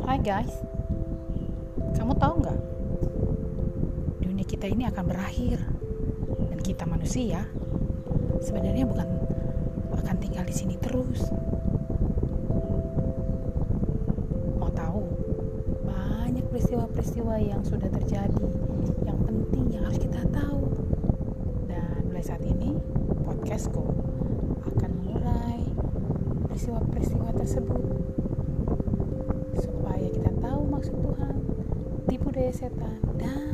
Hai guys, kamu tahu nggak? Dunia kita ini akan berakhir, dan kita manusia sebenarnya bukan akan tinggal di sini terus. Mau tahu? Banyak peristiwa-peristiwa yang sudah terjadi, yang penting yang harus kita tahu. Dan mulai saat ini, podcastku akan mengurai peristiwa-peristiwa tersebut supaya kita tahu maksud Tuhan, tipu daya setan, dan